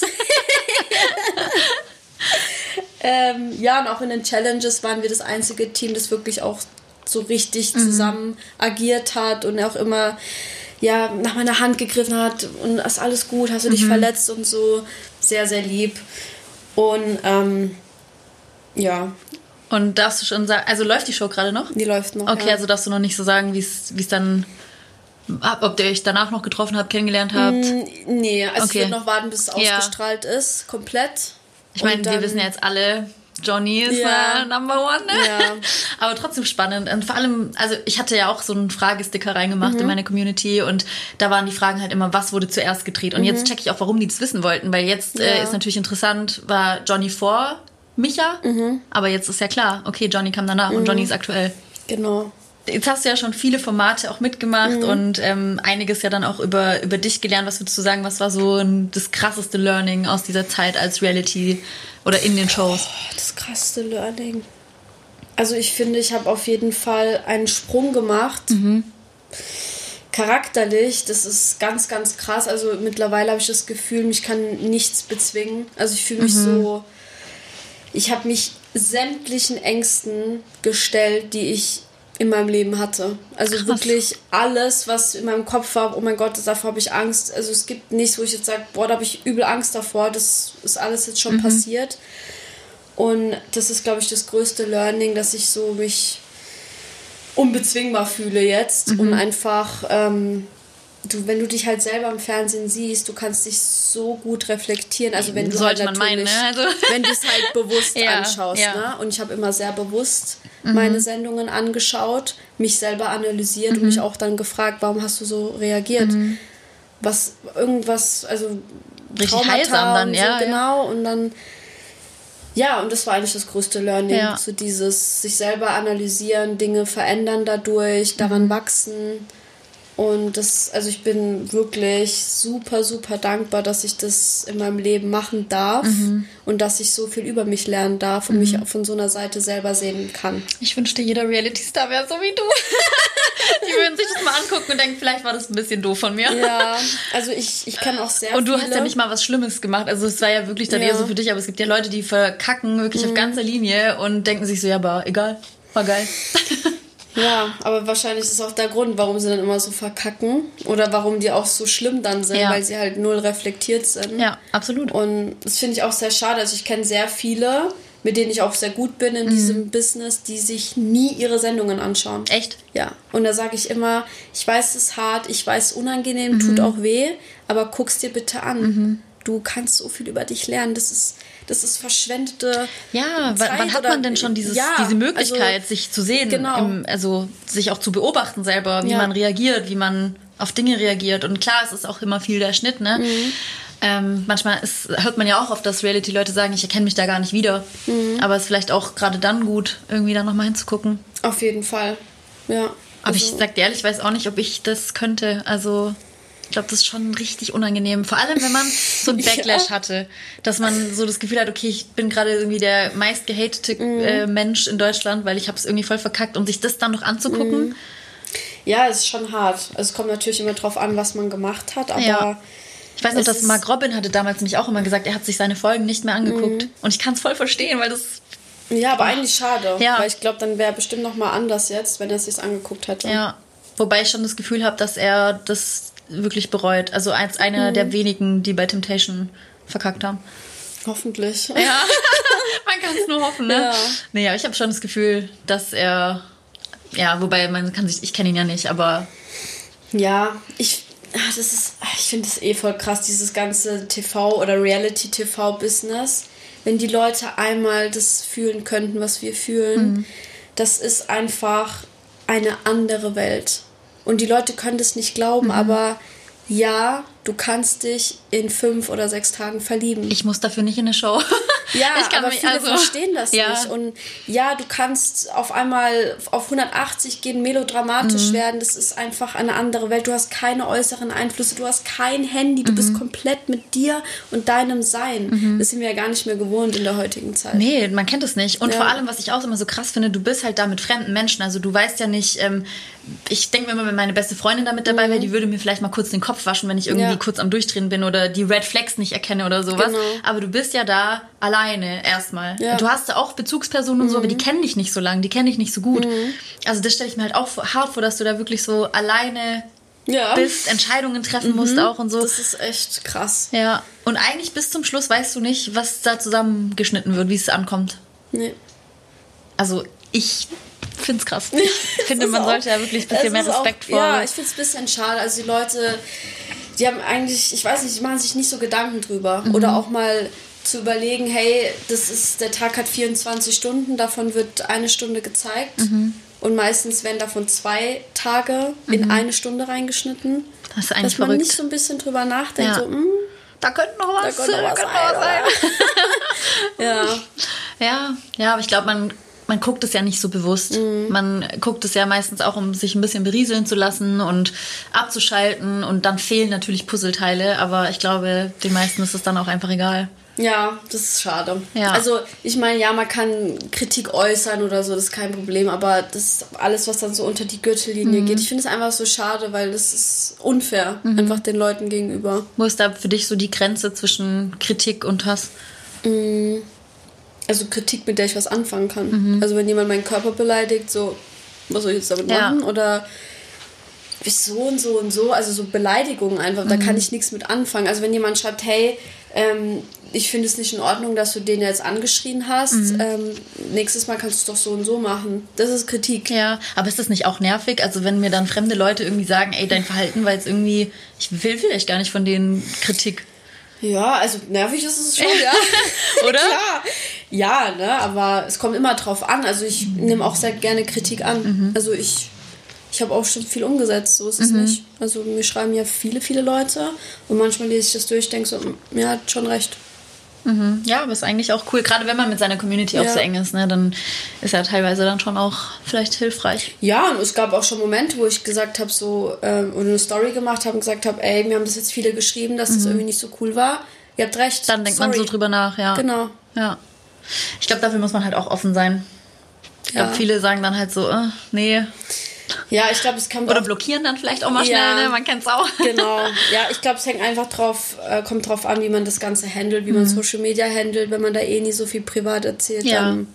Ähm, ja, und auch in den Challenges waren wir das einzige Team, das wirklich auch so richtig mhm. zusammen agiert hat und auch immer ja, nach meiner Hand gegriffen hat und ist alles gut, hast du dich mhm. verletzt und so. Sehr, sehr lieb. Und ähm, ja. Und darfst du schon sagen, also läuft die Show gerade noch? Die läuft noch, Okay, ja. Also darfst du noch nicht so sagen, wie es dann, ob ihr euch danach noch getroffen habt, kennengelernt habt? Mm, nee, also okay. ich würde noch warten, bis es ja. ausgestrahlt ist, komplett. Ich meine, wir wissen ja jetzt alle, Johnny ist ja. äh, Number One. Ne? Ja. Aber trotzdem spannend. Und vor allem, also ich hatte ja auch so einen Fragesticker reingemacht mhm. in meine Community und da waren die Fragen halt immer, was wurde zuerst gedreht? Und mhm. jetzt checke ich auch, warum die das wissen wollten, weil jetzt ja. äh, ist natürlich interessant, war Johnny vor Micha, mhm. aber jetzt ist ja klar, okay, Johnny kam danach mhm. und Johnny ist aktuell. Genau. Jetzt hast du ja schon viele Formate auch mitgemacht mhm. und ähm, einiges ja dann auch über, über dich gelernt. Was würdest du sagen, was war so ein, das krasseste Learning aus dieser Zeit als Reality oder in den Shows? Oh, das krasseste Learning. Also ich finde, ich habe auf jeden Fall einen Sprung gemacht. Mhm. Charakterlich, das ist ganz, ganz krass. Also mittlerweile habe ich das Gefühl, mich kann nichts bezwingen. Also ich fühle mich mhm. so... Ich habe mich sämtlichen Ängsten gestellt, die ich in meinem Leben hatte. Also Krass. Wirklich alles, was in meinem Kopf war, oh mein Gott, davor habe ich Angst. Also es gibt nichts, wo ich jetzt sage, boah, da habe ich übel Angst davor. Das ist alles jetzt schon mhm. passiert. Und das ist, glaube ich, das größte Learning, dass ich so mich unbezwingbar fühle jetzt mhm. und einfach ähm, du, wenn du dich halt selber im Fernsehen siehst, du kannst dich so gut reflektieren. Also wenn du Sollte halt man meinen, ne? Also wenn du es halt bewusst ja, anschaust. ja. Ne? Und ich habe immer sehr bewusst mhm. meine Sendungen angeschaut, mich selber analysiert mhm. und mich auch dann gefragt, warum hast du so reagiert? Mhm. Was, irgendwas, also richtig heilsam dann, so, ja. Genau, ja. Und dann ja, und das war eigentlich das größte Learning, ja. so dieses sich selber analysieren, Dinge verändern dadurch, daran mhm. wachsen. Und das, also ich bin wirklich super, super dankbar, dass ich das in meinem Leben machen darf mhm. und dass ich so viel über mich lernen darf und mhm. mich von so einer Seite selber sehen kann. Ich wünschte, jeder Reality-Star wäre so wie du. Die würden sich das mal angucken und denken, vielleicht war das ein bisschen doof von mir. Ja, also ich, ich kann auch sehr Und du viele. hast ja nicht mal was Schlimmes gemacht. Also es war ja wirklich dann ja. eher so für dich, aber es gibt ja Leute, die verkacken wirklich mhm. auf ganzer Linie und denken sich so, ja, aber egal, war geil. Ja, aber wahrscheinlich ist auch der Grund, warum sie dann immer so verkacken oder warum die auch so schlimm dann sind, ja. weil sie halt null reflektiert sind. Ja, absolut. Und das finde ich auch sehr schade. Also ich kenne sehr viele, mit denen ich auch sehr gut bin in mhm. diesem Business, die sich nie ihre Sendungen anschauen. Echt? Ja. Und da sage ich immer, ich weiß, es ist hart, ich weiß, es ist unangenehm, mhm. tut auch weh, aber guck's dir bitte an. Mhm. Du kannst so viel über dich lernen. Das ist, das ist verschwendete Ja, Zeit. Wann hat man denn schon dieses, ja, diese Möglichkeit, also, sich zu sehen, genau. im, also sich auch zu beobachten selber, wie ja. man reagiert, wie man auf Dinge reagiert. Und klar, es ist auch immer viel der Schnitt, ne? Mhm. Ähm, manchmal ist, hört man ja auch oft, dass Reality-Leute sagen, ich erkenne mich da gar nicht wieder. Mhm. Aber es ist vielleicht auch gerade dann gut, irgendwie da nochmal hinzugucken. Auf jeden Fall, ja. Aber also, ich sag dir ehrlich, ich weiß auch nicht, ob ich das könnte. Also ich glaube, das ist schon richtig unangenehm. Vor allem, wenn man so ein Backlash ja. hatte. Dass man so das Gefühl hat, okay, ich bin gerade irgendwie der meist gehatete mhm. äh, Mensch in Deutschland, weil ich habe es irgendwie voll verkackt. Und sich das dann noch anzugucken. Mhm. Ja, es ist schon hart. Also es kommt natürlich immer drauf an, was man gemacht hat. Aber ja. Ich weiß noch, dass Mark Robin hatte damals nämlich auch immer gesagt, er hat sich seine Folgen nicht mehr angeguckt. Mhm. Und ich kann es voll verstehen, weil das... Ja, aber oh. eigentlich schade. Ja. Weil ich glaube, dann wäre bestimmt noch mal anders jetzt, wenn er es sich angeguckt hätte. Ja, wobei ich schon das Gefühl habe, dass er das wirklich bereut. Also als einer mhm. der wenigen, die bei Temptation verkackt haben. Hoffentlich. Ja, man kann es nur hoffen, ne? Ja. Nee, aber ich habe schon das Gefühl, dass er... Ja, wobei man kann sich... Ich kenne ihn ja nicht, aber... Ja, ich... Das ist, ich finde es eh voll krass, dieses ganze T V- oder Reality-T V-Business. Wenn die Leute einmal das fühlen könnten, was wir fühlen, mhm. das ist einfach eine andere Welt. Und die Leute können das nicht glauben, mhm. aber ja, du kannst dich in fünf oder sechs Tagen verlieben. Ich muss dafür nicht in eine Show. Ja, ich kann aber mich, viele also, verstehen das ja. nicht. Und ja, du kannst auf einmal auf hundertachtzig gehen, melodramatisch mhm. werden. Das ist einfach eine andere Welt. Du hast keine äußeren Einflüsse, du hast kein Handy. Du mhm. bist komplett mit dir und deinem Sein. Mhm. Das sind wir ja gar nicht mehr gewohnt in der heutigen Zeit. Nee, man kennt es nicht. Und ja. vor allem, was ich auch immer so krass finde, du bist halt da mit fremden Menschen. Also du weißt ja nicht... Ähm, ich denke mir immer, wenn meine beste Freundin da mit dabei wäre, die würde mir vielleicht mal kurz den Kopf waschen, wenn ich irgendwie ja. kurz am Durchdrehen bin oder die Red Flags nicht erkenne oder sowas. Genau. Aber du bist ja da alleine erstmal. Ja. Du hast ja auch Bezugspersonen und mhm. so, aber die kennen dich nicht so lange, die kennen dich nicht so gut. Mhm. Also das stelle ich mir halt auch hart vor, dass du da wirklich so alleine ja. bist, Entscheidungen treffen mhm. musst auch und so. Das ist echt krass. Ja, und eigentlich bis zum Schluss weißt du nicht, was da zusammengeschnitten wird, wie es ankommt. Nee. Also ich... Ich finde es krass. Ich finde, man sollte ja wirklich ein bisschen mehr Respekt vor. Ja, ich finde es ein bisschen schade. Also die Leute, die haben eigentlich, ich weiß nicht, die machen sich nicht so Gedanken drüber. Mhm. Oder auch mal zu überlegen, hey, das ist, der Tag hat vierundzwanzig Stunden, davon wird eine Stunde gezeigt. Mhm. Und meistens werden davon zwei Tage mhm. in eine Stunde reingeschnitten. Das ist eigentlich dass man verrückt. nicht so ein bisschen drüber nachdenkt. Ja. So, mh, da könnte noch was, da könnte noch was, da könnte noch was sein. ja. ja, ja, aber ich glaube, man... Man guckt es ja nicht so bewusst. Mhm. Man guckt es ja meistens auch, um sich ein bisschen berieseln zu lassen und abzuschalten. Und dann fehlen natürlich Puzzleteile. Aber ich glaube, den meisten ist es dann auch einfach egal. Ja, das ist schade. Ja. Also ich meine, ja, man kann Kritik äußern oder so, das ist kein Problem. Aber das ist alles, was dann so unter die Gürtellinie mhm. geht. Ich finde es einfach so schade, weil das ist unfair. Mhm. Einfach den Leuten gegenüber. Wo ist da für dich so die Grenze zwischen Kritik und Hass? Mhm. Also Kritik, mit der ich was anfangen kann. Mhm. Also wenn jemand meinen Körper beleidigt, so, was soll ich jetzt damit ja. machen? Oder wieso und so und so. Also so Beleidigungen einfach, mhm. da kann ich nichts mit anfangen. Also wenn jemand schreibt, hey, ähm, ich finde es nicht in Ordnung, dass du den jetzt angeschrien hast. Mhm. Ähm, nächstes Mal kannst du es doch so und so machen. Das ist Kritik. Ja, aber ist das nicht auch nervig? Also wenn mir dann fremde Leute irgendwie sagen, ey, dein Verhalten war jetzt irgendwie, ich will vielleicht gar nicht von denen Kritik. Ja, also nervig ist es schon, ja. Oder? Klar. Ja, ne, aber es kommt immer drauf an. Also ich nehme auch sehr gerne Kritik an. Mhm. Also ich, ich habe auch schon viel umgesetzt, so ist es mhm. nicht. Also mir schreiben ja viele, viele Leute und manchmal lese ich das durch, denke so, mir hat schon recht. Mhm. Ja, aber ist eigentlich auch cool. Gerade wenn man mit seiner Community ja. auch so eng ist, ne, dann ist ja teilweise dann schon auch vielleicht hilfreich. Ja, und es gab auch schon Momente, wo ich gesagt habe, so, ähm, oder eine Story gemacht habe und gesagt habe, ey, mir haben das jetzt viele geschrieben, dass mhm. das irgendwie nicht so cool war. Ihr habt recht. Dann denkt Sorry. man so drüber nach, ja. Genau. Ja. Ich glaube, dafür muss man halt auch offen sein. Ich glaube, ja. viele sagen dann halt so, äh, nee. Ja, ich glaube, es kann oder blockieren dann vielleicht auch mal schnell, ja, ne? Man kennt es auch. Genau. Ja, ich glaube, es hängt einfach drauf, äh, kommt drauf an, wie man das Ganze handelt, wie mhm. man Social Media handelt, wenn man da eh nie so viel privat erzählt. Ja. Dann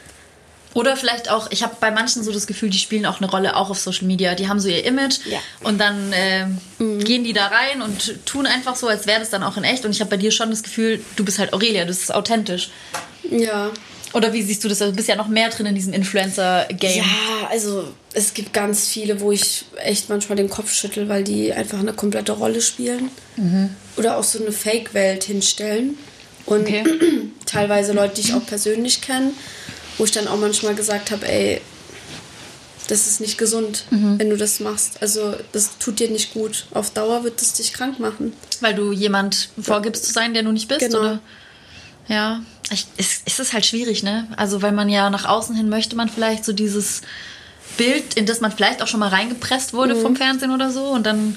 oder vielleicht auch, ich habe bei manchen so das Gefühl, die spielen auch eine Rolle, auch auf Social Media. Die haben so ihr Image ja. und dann äh, mhm. gehen die da rein und tun einfach so, als wäre das dann auch in echt. Und ich habe bei dir schon das Gefühl, du bist halt Aurelia, das ist authentisch. Ja. Oder wie siehst du das? Du bist ja noch mehr drin in diesem Influencer-Game. Ja, also es gibt ganz viele, wo ich echt manchmal den Kopf schüttel, weil die einfach eine komplette Rolle spielen. Mhm. Oder auch so eine Fake-Welt hinstellen. Und okay. teilweise Leute, die ich auch persönlich kenne, wo ich dann auch manchmal gesagt habe, ey, das ist nicht gesund, mhm. wenn du das machst. Also das tut dir nicht gut. Auf Dauer wird das dich krank machen. Weil du jemand vorgibst zu sein, der du nicht bist? Genau. Oder? Ja, ich, es, es ist halt schwierig, ne? Also weil man ja nach außen hin möchte man vielleicht so dieses Bild, in das man vielleicht auch schon mal reingepresst wurde mhm. vom Fernsehen oder so. Und dann,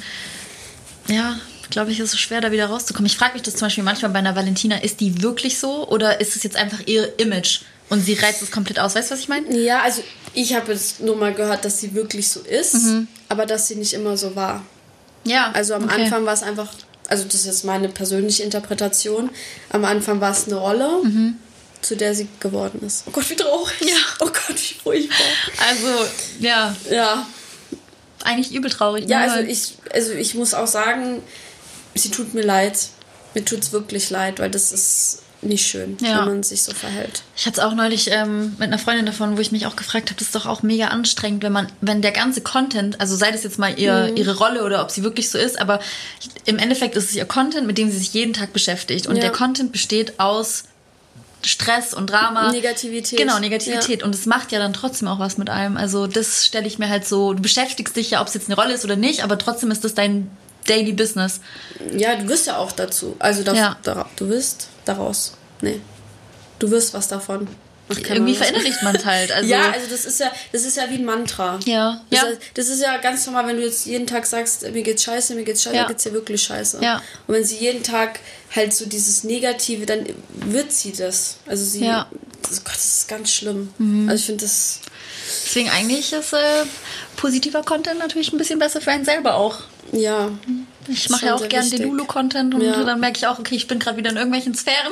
ja, glaube ich, ist es so schwer, da wieder rauszukommen. Ich frage mich das zum Beispiel manchmal bei einer Valentina, ist die wirklich so? Oder ist es jetzt einfach ihr Image? Und sie reizt es komplett aus. Weißt du, was ich meine? Ja, also ich habe jetzt nur mal gehört, dass sie wirklich so ist, mhm. aber dass sie nicht immer so war. Ja, also am okay. Anfang war es einfach, also das ist jetzt meine persönliche Interpretation, am Anfang war es eine Rolle, mhm. zu der sie geworden ist. Oh Gott, wie traurig. Ja. Oh Gott, wie furchtbar. Also, ja. Ja. Eigentlich übel traurig. Ja, ne? also ich, also ich muss auch sagen, sie tut mir leid. Mir tut es wirklich leid, weil das ist nicht schön, ja. wenn man sich so verhält. Ich hatte es auch neulich ähm, mit einer Freundin davon, wo ich mich auch gefragt habe, das ist doch auch mega anstrengend, wenn man, wenn der ganze Content, also sei das jetzt mal ihr, mhm. ihre Rolle oder ob sie wirklich so ist, aber im Endeffekt ist es ihr Content, mit dem sie sich jeden Tag beschäftigt. Und ja. der Content besteht aus Stress und Drama. Negativität. Genau, Negativität. Ja. Und es macht ja dann trotzdem auch was mit einem. Also das stelle ich mir halt so, du beschäftigst dich ja, ob es jetzt eine Rolle ist oder nicht, aber trotzdem ist das dein Daily Business. Ja, du wirst ja auch dazu. Also das, ja. da, du wirst daraus. Nee. Du wirst was davon. Irgendwie verinnerlicht man es halt. Also ja, also das ist ja, das ist ja wie ein Mantra. Ja. Das, ja. Ist, das ist ja ganz normal, wenn du jetzt jeden Tag sagst, mir geht's scheiße, mir geht's scheiße, ja. dann geht's dir wirklich scheiße. Ja. Und wenn sie jeden Tag halt so dieses Negative, dann wird sie das. Also sie, ja. das, Gott, das ist ganz schlimm. Mhm. Also ich finde das... Deswegen eigentlich ist äh, positiver Content natürlich ein bisschen besser für einen selber auch. Ja. Ich mache ja auch gerne den Lulu-Content und ja. dann merke ich auch, okay, ich bin gerade wieder in irgendwelchen Sphären.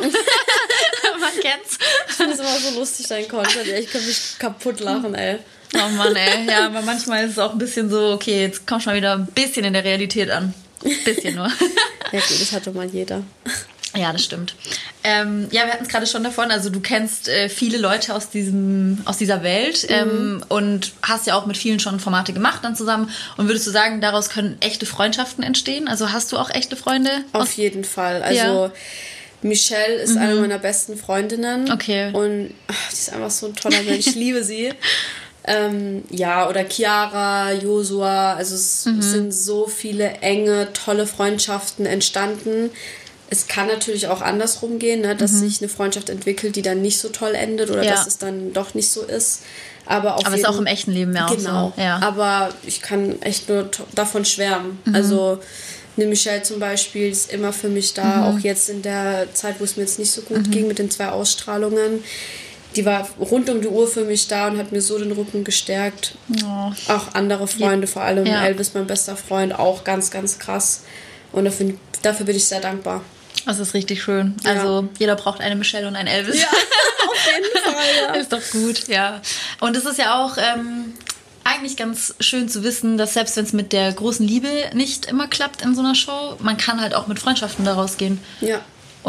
Man kennt's. Ich finde es immer so lustig, dein Content. Ich kann mich kaputt lachen, ey. Oh Mann, ey. Ja, aber manchmal ist es auch ein bisschen so, okay, jetzt kommst du mal wieder ein bisschen in der Realität an. Ein bisschen nur. Ja gut, das hat doch mal jeder. Ja, das stimmt. Ähm, ja, wir hatten es gerade schon davon, also du kennst äh, viele Leute aus, diesem, aus dieser Welt ähm, mhm. und hast ja auch mit vielen schon Formate gemacht dann zusammen. Und würdest du sagen, daraus können echte Freundschaften entstehen? Also hast du auch echte Freunde? Auf jeden Fall. Also ja. Michelle ist mhm. eine meiner besten Freundinnen. Okay. Und ach, die ist einfach so ein toller Mensch. Ich liebe sie. Ähm, ja, oder Chiara, Josua. Also es mhm. sind so viele enge, tolle Freundschaften entstanden. Es kann natürlich auch andersrum gehen, ne, dass mhm. sich eine Freundschaft entwickelt, die dann nicht so toll endet oder ja. dass es dann doch nicht so ist. Aber, auf aber jeden, ist auch im echten Leben ja genau, auch so. Ja. Aber ich kann echt nur to- davon schwärmen. Mhm. Also eine Michelle zum Beispiel ist immer für mich da, mhm. auch jetzt in der Zeit, wo es mir jetzt nicht so gut mhm. ging mit den zwei Ausstrahlungen. Die war rund um die Uhr für mich da und hat mir so den Rücken gestärkt. Oh. Auch andere Freunde, ja. vor allem ja. Elvis, mein bester Freund, auch ganz, ganz krass. Und dafür, dafür bin ich sehr dankbar. Das ist richtig schön. Ja. Also jeder braucht eine Michelle und einen Elvis. Ja, auf jeden Fall. Ja. Ist doch gut, ja. Und es ist ja auch ähm, eigentlich ganz schön zu wissen, dass selbst wenn es mit der großen Liebe nicht immer klappt in so einer Show, man kann halt auch mit Freundschaften daraus gehen. Ja. Und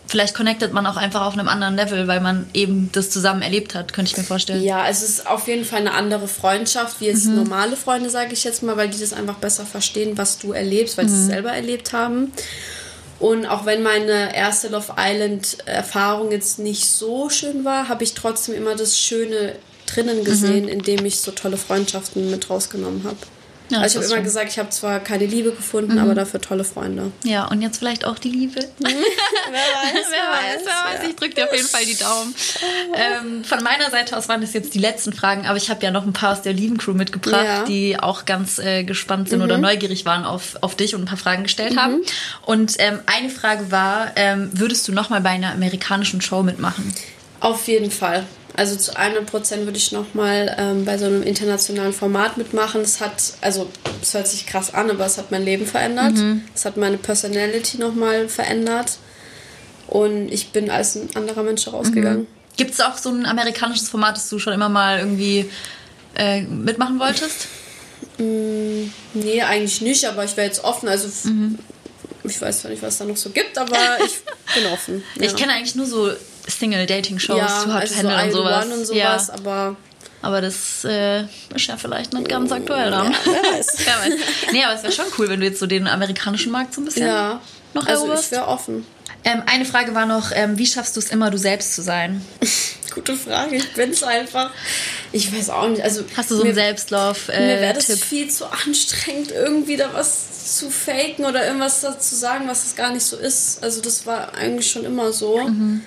vielleicht connectet man auch einfach auf einem anderen Level, weil man eben das zusammen erlebt hat, könnte ich mir vorstellen. Ja, es ist auf jeden Fall eine andere Freundschaft, wie jetzt mhm. normale Freunde, sage ich jetzt mal, weil die das einfach besser verstehen, was du erlebst, weil mhm. sie es selber erlebt haben. Und auch wenn meine erste Love Island-Erfahrung jetzt nicht so schön war, habe ich trotzdem immer das Schöne drinnen gesehen, mhm. indem ich so tolle Freundschaften mit rausgenommen habe. Ja, also ich habe immer schön. gesagt, ich habe zwar keine Liebe gefunden, mhm. aber dafür tolle Freunde. Ja, und jetzt vielleicht auch die Liebe. wer weiß, wer weiß, wer weiß. Ja. Ich drücke dir auf jeden Fall die Daumen. ähm, von meiner Seite aus waren das jetzt die letzten Fragen, aber ich habe ja noch ein paar aus der Lieben-Crew mitgebracht, ja. die auch ganz äh, gespannt sind mhm. oder neugierig waren auf, auf dich und ein paar Fragen gestellt mhm. haben. Und ähm, eine Frage war, ähm, würdest du nochmal bei einer amerikanischen Show mitmachen? Auf jeden Fall. Also zu hundert Prozent würde ich nochmal ähm, bei so einem internationalen Format mitmachen. Es hat, also es hört sich krass an, aber es hat mein Leben verändert. Mhm. Es hat meine Personality nochmal verändert. Und ich bin als ein anderer Mensch rausgegangen. Mhm. Gibt es auch so ein amerikanisches Format, das du schon immer mal irgendwie äh, mitmachen wolltest? Mm, nee, eigentlich nicht, aber ich wäre jetzt offen. Also mhm. ich weiß zwar nicht, was es da noch so gibt, aber ich bin offen. Ja. Ich kenne eigentlich nur so Single-Dating-Shows, ja, Too Hot also to Handle so und sowas. Und sowas ja. aber, aber das äh, ist ja vielleicht nicht ganz aktuell. Ja, wer weiß. wer weiß. Nee, aber es wäre schon cool, wenn du jetzt so den amerikanischen Markt so ein bisschen ja. noch eroberst. Also ich wäre offen. Ähm, eine Frage war noch, ähm, wie schaffst du es immer, du selbst zu sein? Gute Frage, ich bin's einfach. Ich weiß auch nicht. Also, hast du so einen Selbstlauf äh, Mir wäre das Tipp? viel zu anstrengend, irgendwie da was zu faken oder irgendwas dazu sagen, was das gar nicht so ist. Also das war eigentlich schon immer so. Mhm.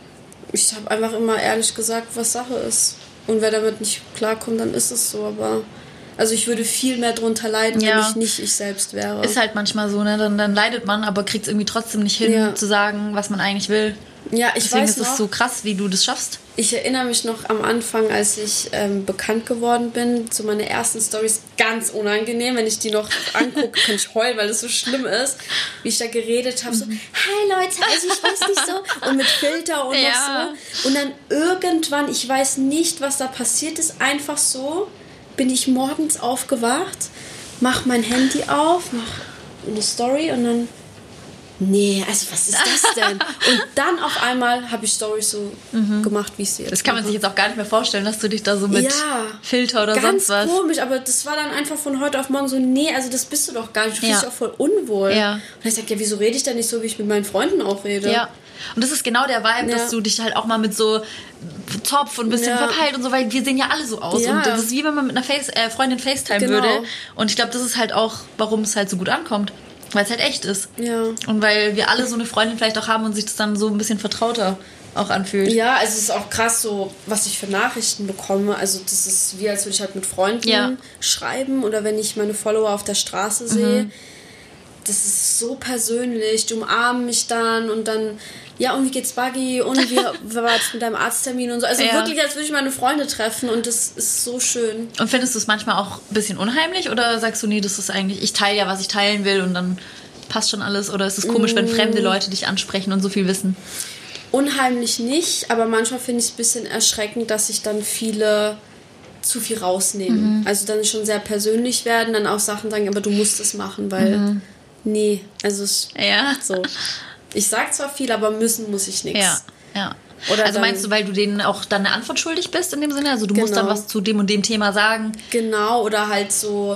Ich habe einfach immer ehrlich gesagt, was Sache ist. Und wer damit nicht klarkommt, dann ist es so. Aber also ich würde viel mehr drunter leiden, ja. wenn ich nicht ich selbst wäre. Ist halt manchmal so, ne? Dann, dann leidet man, aber kriegt es irgendwie trotzdem nicht hin, ja. zu sagen, was man eigentlich will. Ja, ich Deswegen weiß ist es so krass, wie du das schaffst. Ich erinnere mich noch am Anfang, als ich ähm, bekannt geworden bin, zu meinen ersten Storys, ganz unangenehm. Wenn ich die noch angucke, kann ich heulen, weil das so schlimm ist. Wie ich da geredet habe, so, hi Leute, also ich weiß nicht so. Und mit Filter und ja. noch so. Und dann irgendwann, ich weiß nicht, was da passiert ist, einfach so, bin ich morgens aufgewacht, mach mein Handy auf, mach eine Story und dann nee, also was ist das denn? Und dann auf einmal habe ich Storys so mhm. gemacht, wie ich sie jetzt Das kann man mache. sich jetzt auch gar nicht mehr vorstellen, dass du dich da so mit ja, Filter oder sonst was... ganz komisch, aber das war dann einfach von heute auf morgen so, nee, also das bist du doch gar nicht. Du fühlst ja. dich auch voll unwohl. Ja. Und ich sag, ja, wieso rede ich denn nicht so, wie ich mit meinen Freunden auch rede? Ja. Und das ist genau der Vibe, ja. dass du dich halt auch mal mit so Zopf und ein bisschen ja. verpeilt und so, weil wir sehen ja alle so aus. Ja. Und das ist wie wenn man mit einer Face, äh, Freundin FaceTime genau. würde. Und ich glaube, das ist halt auch, warum es halt so gut ankommt. Weil es halt echt ist. Ja. Und weil wir alle so eine Freundin vielleicht auch haben und sich das dann so ein bisschen vertrauter auch anfühlt. Ja, also es ist auch krass so, was ich für Nachrichten bekomme. Also das ist wie, als würde ich halt mit Freunden ja. schreiben oder wenn ich meine Follower auf der Straße sehe. Mhm. Das ist so persönlich. Die umarmen mich dann und dann, ja, und wie geht's Buggy? Und wie, wie war es mit deinem Arzttermin und so. Also ja. wirklich, als würde ich meine Freunde treffen und das ist so schön. Und findest du es manchmal auch ein bisschen unheimlich oder sagst du, nee, das ist eigentlich, ich teile ja, was ich teilen will und dann passt schon alles? Oder ist es komisch, mm. wenn fremde Leute dich ansprechen und so viel wissen? Unheimlich nicht, aber manchmal finde ich es ein bisschen erschreckend, dass sich dann viele zu viel rausnehmen. Mhm. Also dann schon sehr persönlich werden, dann auch Sachen sagen, aber du musst es machen, weil mhm. nee, also ja. so. Ich sag zwar viel, aber müssen muss ich nichts. Ja, ja. Oder also meinst du, weil du denen auch dann eine Antwort schuldig bist in dem Sinne? Also du genau. musst dann was zu dem und dem Thema sagen? Genau, oder halt so,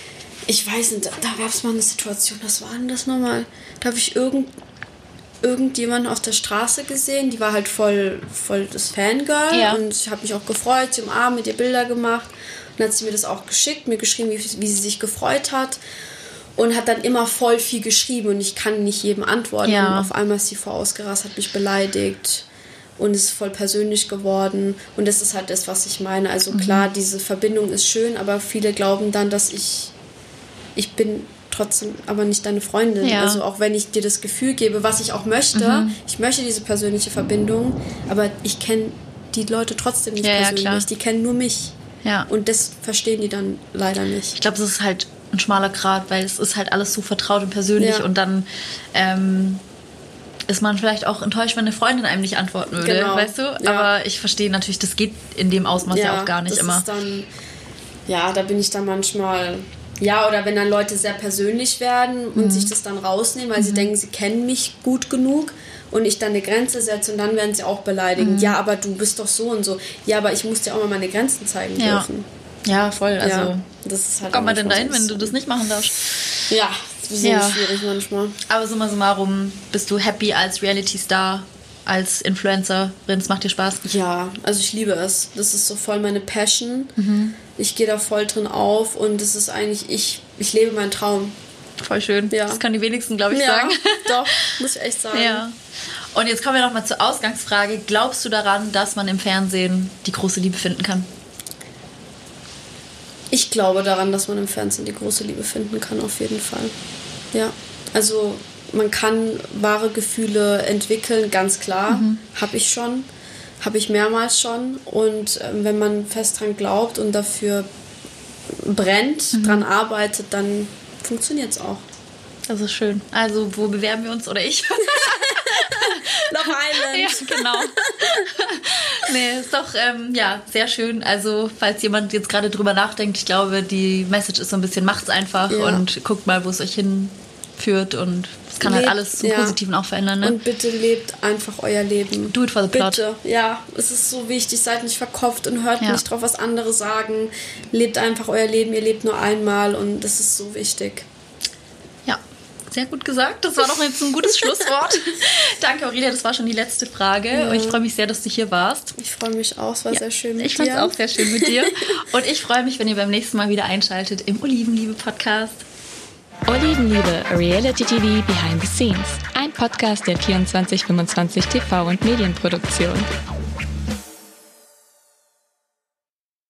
ich weiß nicht, da gab es mal eine Situation, was war denn das nochmal? Da habe ich irgend, irgendjemanden auf der Straße gesehen, die war halt voll, voll das Fangirl ja. und ich habe mich auch gefreut, sie umarmt, mit ihr Bilder gemacht und dann hat sie mir das auch geschickt, mir geschrieben, wie, wie sie sich gefreut hat. Und hat dann immer voll viel geschrieben und ich kann nicht jedem antworten. Ja. Und auf einmal ist sie voll ausgerastet, hat mich beleidigt und ist voll persönlich geworden. Und das ist halt das, was ich meine. Also mhm. klar, diese Verbindung ist schön, aber viele glauben dann, dass ich, ich bin trotzdem aber nicht deine Freundin. Ja. Also auch wenn ich dir das Gefühl gebe, was ich auch möchte, mhm. ich möchte diese persönliche Verbindung, aber ich kenne die Leute trotzdem nicht ja, persönlich. Ja, die kennen nur mich. Ja. Und das verstehen die dann leider nicht. Ich glaube, das ist halt ein schmaler Grat, weil es ist halt alles so vertraut und persönlich ja. und dann ähm, ist man vielleicht auch enttäuscht, wenn eine Freundin einem nicht antworten würde, genau. weißt du? Ja. Aber ich verstehe natürlich, das geht in dem Ausmaß ja, ja auch gar nicht das immer. Ist dann, ja, da bin ich dann manchmal Ja, oder wenn dann Leute sehr persönlich werden und mhm. sich das dann rausnehmen, weil mhm. sie denken, sie kennen mich gut genug und ich dann eine Grenze setze und dann werden sie auch beleidigend. Mhm. Ja, aber du bist doch so und so. Ja, aber ich muss dir auch mal meine Grenzen zeigen ja. dürfen. Ja, voll. Also, ja, das ist halt kommt man denn dahin, wenn du das nicht machen darfst? Ja, das ist ja. schwierig manchmal. Aber summa summarum, bist du happy als Reality-Star, als Influencerin? Es macht dir Spaß? Ja, also ich liebe es. Das ist so voll meine Passion. Mhm. Ich gehe da voll drin auf und es ist eigentlich, ich, ich lebe meinen Traum. Voll schön. Ja. Das können die wenigsten, glaube ich, ja, sagen. Doch, muss ich echt sagen. Ja. Und jetzt kommen wir nochmal zur Ausgangsfrage. Glaubst du daran, dass man im Fernsehen die große Liebe finden kann? Ich glaube daran, dass man im Fernsehen die große Liebe finden kann, auf jeden Fall. Ja, also man kann wahre Gefühle entwickeln, ganz klar. Mhm. Habe ich schon. Habe ich mehrmals schon. Und äh, wenn man fest dran glaubt und dafür brennt, mhm. dran arbeitet, dann funktioniert es auch. Das ist schön. Also, wo bewerben wir uns? Oder ich? Love Island. Ja, genau. Nee, ist doch ähm, ja, sehr schön. Also, falls jemand jetzt gerade drüber nachdenkt, ich glaube, die Message ist so ein bisschen, macht's einfach ja. und guckt mal, wo es euch hinführt und es kann lebt, halt alles zum ja. Positiven auch verändern. Ne? Und bitte lebt einfach euer Leben. Do it for the plot. Bitte, ja. Es ist so wichtig. Seid nicht verkopft und hört ja. nicht drauf, was andere sagen. Lebt einfach euer Leben. Ihr lebt nur einmal und das ist so wichtig. Ja, sehr gut gesagt. Das war doch jetzt ein gutes Schlusswort. Danke, Aurelia. Das war schon die letzte Frage. Ja. Und ich freue mich sehr, dass du hier warst. Ich freue mich auch. Es war ja. sehr schön mit ich dir. Ich fand es auch sehr schön mit dir. Und ich freue mich, wenn ihr beim nächsten Mal wieder einschaltet im Olivenliebe-Podcast. Olivenliebe, Reality-T V Behind the Scenes. Ein Podcast der vierundzwanzig fünfundzwanzig T V und Medienproduktion.